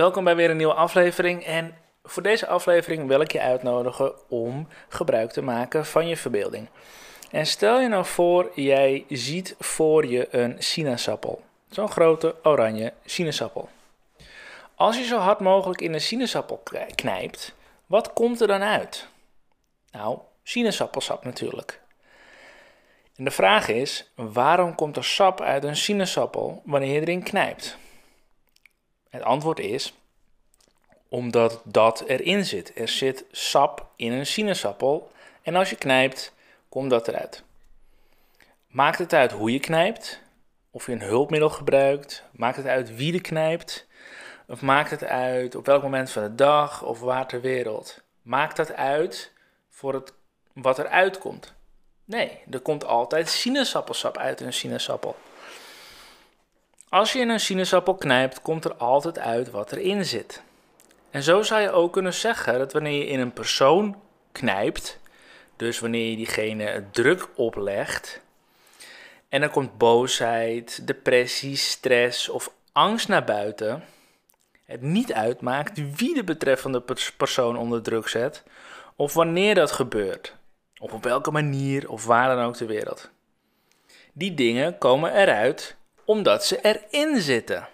welkom bij weer een nieuwe aflevering. En voor deze aflevering wil ik je uitnodigen om gebruik te maken van je verbeelding. En stel je nou voor, jij ziet voor je een sinaasappel. Zo'n grote oranje sinaasappel. Als je zo hard mogelijk in een sinaasappel knijpt, wat komt er dan uit? Nou, sinaasappelsap natuurlijk. En de vraag is, waarom komt er sap uit een sinaasappel wanneer je erin knijpt? Het antwoord is, omdat dat erin zit. Er zit sap in een sinaasappel en als je knijpt, komt dat eruit. Maakt het uit hoe je knijpt? Of je een hulpmiddel gebruikt? Maakt het uit wie er knijpt? Of maakt het uit op welk moment van de dag of waar ter wereld? Maakt dat uit voor wat eruit komt? Nee, er komt altijd sinaasappelsap uit een sinaasappel. Als je in een sinaasappel knijpt, komt er altijd uit wat erin zit. En zo zou je ook kunnen zeggen dat wanneer je in een persoon knijpt, dus wanneer je diegene druk oplegt, en er komt boosheid, depressie, stress of angst naar buiten, het niet uitmaakt wie de betreffende persoon onder druk zet, of wanneer dat gebeurt, of op welke manier of waar dan ook ter wereld. Die dingen komen eruit omdat ze erin zitten.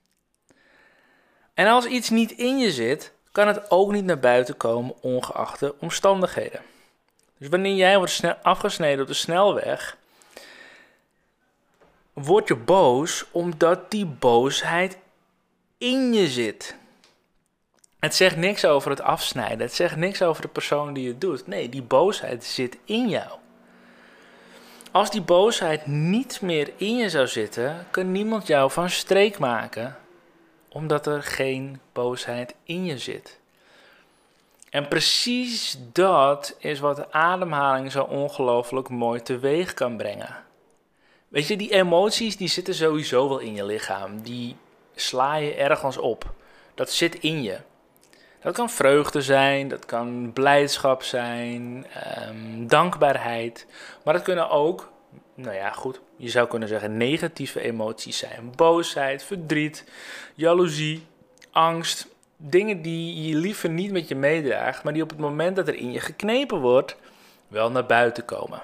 En als iets niet in je zit, kan het ook niet naar buiten komen ongeacht de omstandigheden. Dus wanneer jij wordt afgesneden op de snelweg, word je boos omdat die boosheid in je zit. Het zegt niks over het afsnijden, het zegt niks over de persoon die het doet. Nee, die boosheid zit in jou. Als die boosheid niet meer in je zou zitten, kan niemand jou van streek maken, omdat er geen boosheid in je zit. En precies dat is wat de ademhaling zo ongelooflijk mooi teweeg kan brengen. Weet je, die emoties die zitten sowieso wel in je lichaam. Die sla je ergens op. Dat zit in je. Dat kan vreugde zijn, dat kan blijdschap zijn, dankbaarheid. Maar dat kunnen ook, je zou kunnen zeggen negatieve emoties zijn. Boosheid, verdriet, jaloezie, angst. Dingen die je liever niet met je meedraagt, maar die op het moment dat er in je geknepen wordt, wel naar buiten komen.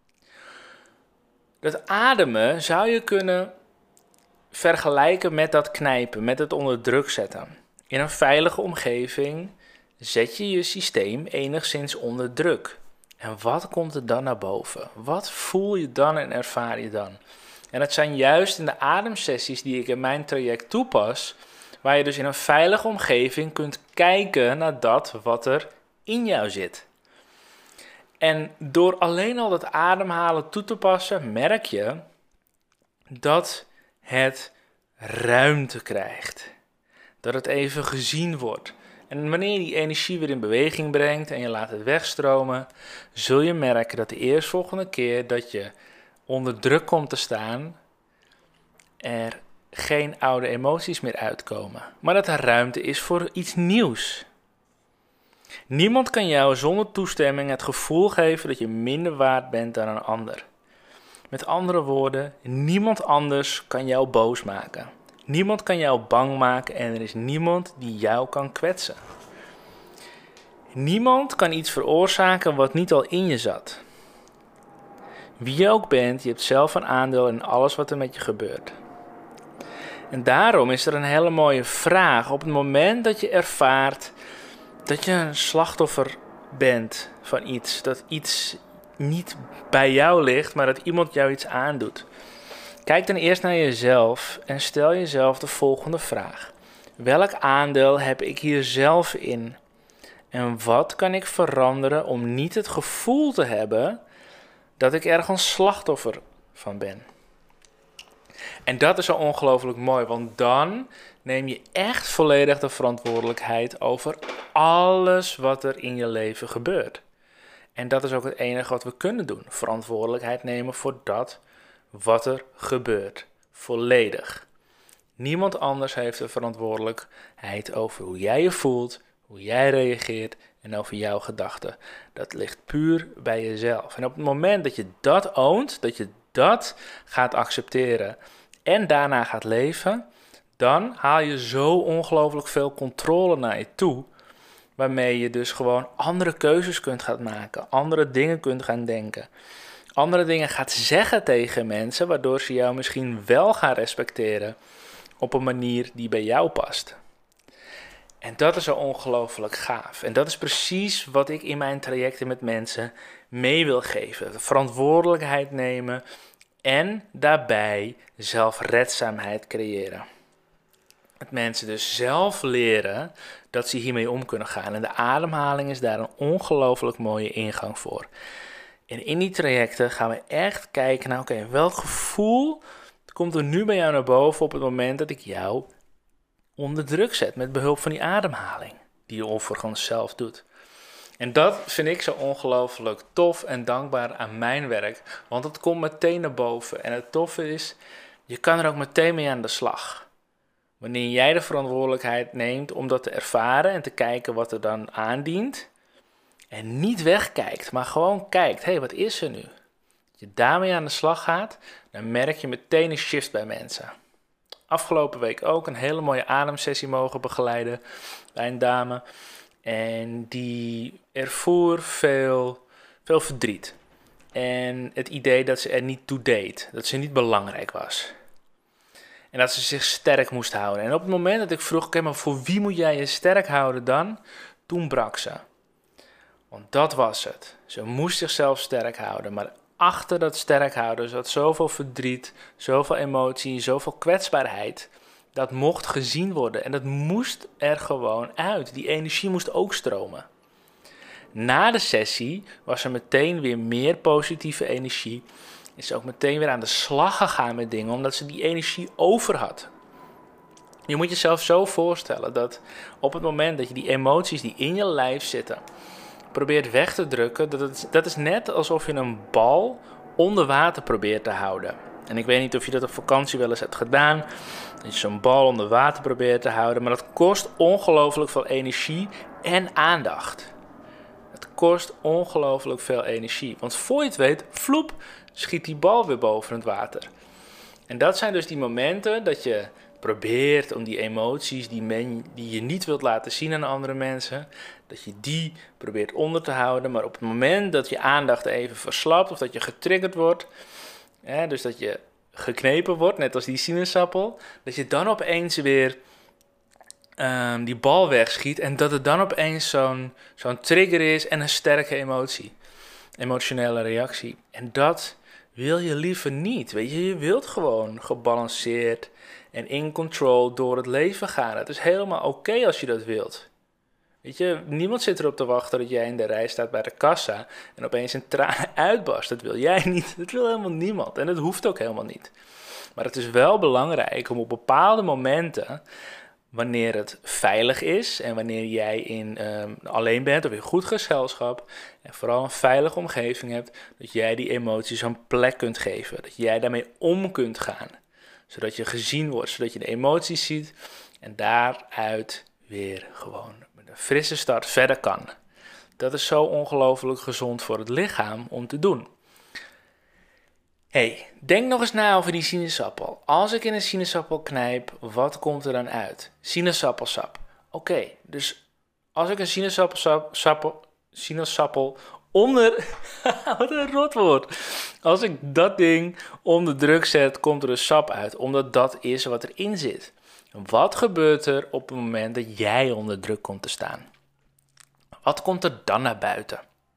Dat ademen zou je kunnen vergelijken met dat knijpen, met het onder druk zetten. In een veilige omgeving zet je je systeem enigszins onder druk. En wat komt er dan naar boven? Wat voel je dan en ervaar je dan? En het zijn juist in de ademsessies die ik in mijn traject toepas, waar je dus in een veilige omgeving kunt kijken naar dat wat er in jou zit. En door alleen al dat ademhalen toe te passen, merk je dat het ruimte krijgt. Dat het even gezien wordt. En wanneer je die energie weer in beweging brengt en je laat het wegstromen, zul je merken dat de eerstvolgende keer dat je onder druk komt te staan, er geen oude emoties meer uitkomen. Maar dat er ruimte is voor iets nieuws. Niemand kan jou zonder toestemming het gevoel geven dat je minder waard bent dan een ander. Met andere woorden, niemand anders kan jou boos maken. Niemand kan jou bang maken en er is niemand die jou kan kwetsen. Niemand kan iets veroorzaken wat niet al in je zat. Wie je ook bent, je hebt zelf een aandeel in alles wat er met je gebeurt. En daarom is er een hele mooie vraag op het moment dat je ervaart dat je een slachtoffer bent van iets. Dat iets niet bij jou ligt, maar dat iemand jou iets aandoet. Kijk dan eerst naar jezelf en stel jezelf de volgende vraag. Welk aandeel heb ik hier zelf in? En wat kan ik veranderen om niet het gevoel te hebben dat ik ergens slachtoffer van ben? En dat is zo ongelooflijk mooi, want dan neem je echt volledig de verantwoordelijkheid over alles wat er in je leven gebeurt. En dat is ook het enige wat we kunnen doen. Verantwoordelijkheid nemen voor dat wat er gebeurt. Volledig. Niemand anders heeft de verantwoordelijkheid over hoe jij je voelt, hoe jij reageert en over jouw gedachten. Dat ligt puur bij jezelf. En op het moment dat je dat oont, dat je dat gaat accepteren en daarna gaat leven, Dan haal je zo ongelooflijk veel controle naar je toe, waarmee je dus gewoon andere keuzes kunt gaan maken, andere dingen kunt gaan denken, andere dingen gaat zeggen tegen mensen, waardoor ze jou misschien wel gaan respecteren op een manier die bij jou past. En dat is zo ongelooflijk gaaf. En dat is precies wat ik in mijn trajecten met mensen mee wil geven. Verantwoordelijkheid nemen en daarbij zelfredzaamheid creëren. Dat mensen dus zelf leren dat ze hiermee om kunnen gaan. En de ademhaling is daar een ongelooflijk mooie ingang voor. En in die trajecten gaan we echt kijken naar, oké, welk gevoel komt er nu bij jou naar boven op het moment dat ik jou onder druk zet met behulp van die ademhaling, die je overigens zelf doet. En dat vind ik zo ongelooflijk tof en dankbaar aan mijn werk, want het komt meteen naar boven. En het toffe is, je kan er ook meteen mee aan de slag. Wanneer jij de verantwoordelijkheid neemt om dat te ervaren en te kijken wat er dan aandient, en niet wegkijkt, maar gewoon kijkt, hé, wat is er nu? Als je daarmee aan de slag gaat, dan merk je meteen een shift bij mensen. Afgelopen week ook een hele mooie ademsessie mogen begeleiden bij een dame. En die ervoer veel verdriet. En het idee dat ze er niet toe deed. Dat ze niet belangrijk was. En dat ze zich sterk moest houden. En op het moment dat ik vroeg, oké, maar voor wie moet jij je sterk houden dan? Toen brak ze. Want dat was het. Ze moest zichzelf sterk houden. Maar achter dat sterk houden zat zoveel verdriet, zoveel emotie, zoveel kwetsbaarheid. Dat mocht gezien worden en dat moest er gewoon uit. Die energie moest ook stromen. Na de sessie was er meteen weer meer positieve energie. Is ze ook meteen weer aan de slag gegaan met dingen, omdat ze die energie over had. Je moet jezelf zo voorstellen dat op het moment dat je die emoties die in je lijf zitten probeert weg te drukken, dat is net alsof je een bal onder water probeert te houden. En ik weet niet of je dat op vakantie wel eens hebt gedaan, dat je zo'n bal onder water probeert te houden, maar dat kost ongelooflijk veel energie en aandacht. Het kost ongelooflijk veel energie, want voor je het weet, vloep, schiet die bal weer boven het water. En dat zijn dus die momenten dat je probeert om die emoties die je niet wilt laten zien aan andere mensen, dat je die probeert onder te houden. Maar op het moment dat je aandacht even verslapt of dat je getriggerd wordt, dus dat je geknepen wordt, net als die sinaasappel, dat je dan opeens weer die bal wegschiet en dat het dan opeens zo'n trigger is en een sterke emotionele reactie. En dat wil je liever niet. Weet je wilt gewoon gebalanceerd en in control door het leven gaan. Het is helemaal oké als je dat wilt. Weet je, niemand zit erop te wachten dat jij in de rij staat bij de kassa en opeens een tranen uitbarst. Dat wil jij niet. Dat wil helemaal niemand. En dat hoeft ook helemaal niet. Maar het is wel belangrijk om op bepaalde momenten, wanneer het veilig is en wanneer jij alleen bent of in goed gezelschap en vooral een veilige omgeving hebt, dat jij die emoties een plek kunt geven. Dat jij daarmee om kunt gaan. Zodat je gezien wordt, zodat je de emoties ziet en daaruit weer gewoon met een frisse start verder kan. Dat is zo ongelooflijk gezond voor het lichaam om te doen. Denk nog eens na over die sinaasappel. Als ik in een sinaasappel knijp, wat komt er dan uit? Sinaasappelsap. Oké, dus als ik een sinaasappel onder... Wat een rotwoord. Als ik dat ding onder druk zet, komt er een sap uit. Omdat dat is wat erin zit. Wat gebeurt er op het moment dat jij onder druk komt te staan? Wat komt er dan naar buiten?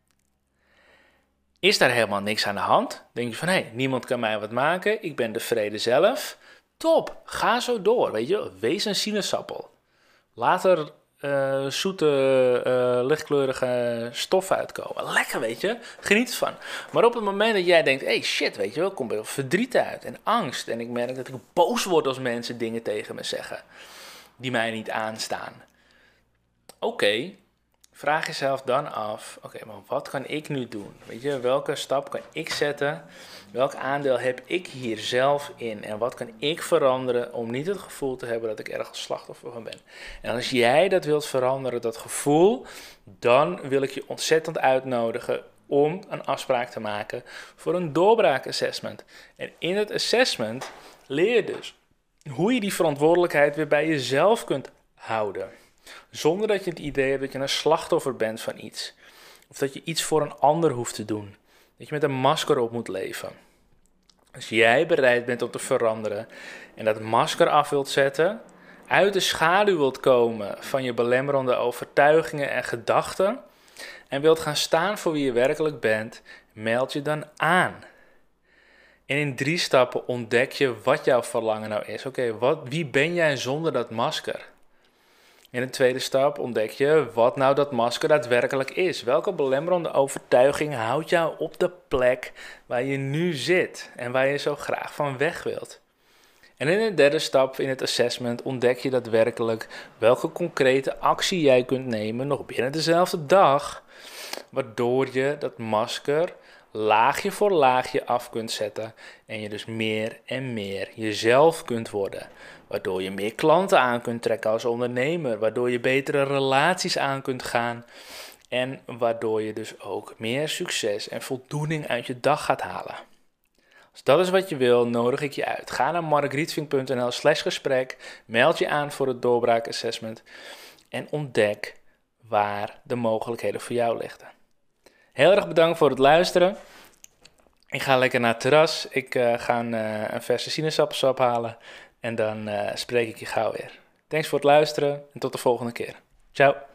Is daar helemaal niks aan de hand? Denk je van, niemand kan mij wat maken. Ik ben de vrede zelf. Top, ga zo door. Weet je, wees een sinaasappel. Laat er zoete, lichtkleurige stof uitkomen. Lekker, weet je. Geniet ervan. Maar op het moment dat jij denkt, shit, weet je wel, komt er verdriet uit en angst. En ik merk dat ik boos word als mensen dingen tegen me zeggen die mij niet aanstaan. Oké. Vraag jezelf dan af, maar wat kan ik nu doen? Weet je, welke stap kan ik zetten? Welk aandeel heb ik hier zelf in? En wat kan ik veranderen om niet het gevoel te hebben dat ik ergens slachtoffer van ben? En als jij dat wilt veranderen, dat gevoel, dan wil ik je ontzettend uitnodigen om een afspraak te maken voor een doorbraakassessment. En in het assessment leer je dus hoe je die verantwoordelijkheid weer bij jezelf kunt houden. Zonder dat je het idee hebt dat je een slachtoffer bent van iets. Of dat je iets voor een ander hoeft te doen. Dat je met een masker op moet leven. Als jij bereid bent om te veranderen en dat masker af wilt zetten, uit de schaduw wilt komen van je belemmerende overtuigingen en gedachten en wilt gaan staan voor wie je werkelijk bent, meld je dan aan. En in 3 stappen ontdek je wat jouw verlangen nou is. Oké, wie ben jij zonder dat masker? In een tweede stap ontdek je wat nou dat masker daadwerkelijk is. Welke belemmerende overtuiging houdt jou op de plek waar je nu zit en waar je zo graag van weg wilt? En in een derde stap in het assessment ontdek je daadwerkelijk welke concrete actie jij kunt nemen nog binnen dezelfde dag, waardoor je dat masker laagje voor laagje af kunt zetten en je dus meer en meer jezelf kunt worden. Waardoor je meer klanten aan kunt trekken als ondernemer, waardoor je betere relaties aan kunt gaan en waardoor je dus ook meer succes en voldoening uit je dag gaat halen. Als dat is wat je wil, nodig ik je uit. Ga naar markrietvink.nl/gesprek, meld je aan voor het doorbraakassessment en ontdek waar de mogelijkheden voor jou liggen. Heel erg bedankt voor het luisteren. Ik ga lekker naar het terras. Ik ga een verse sinaasappelsap halen. En dan spreek ik je gauw weer. Thanks voor het luisteren en tot de volgende keer. Ciao.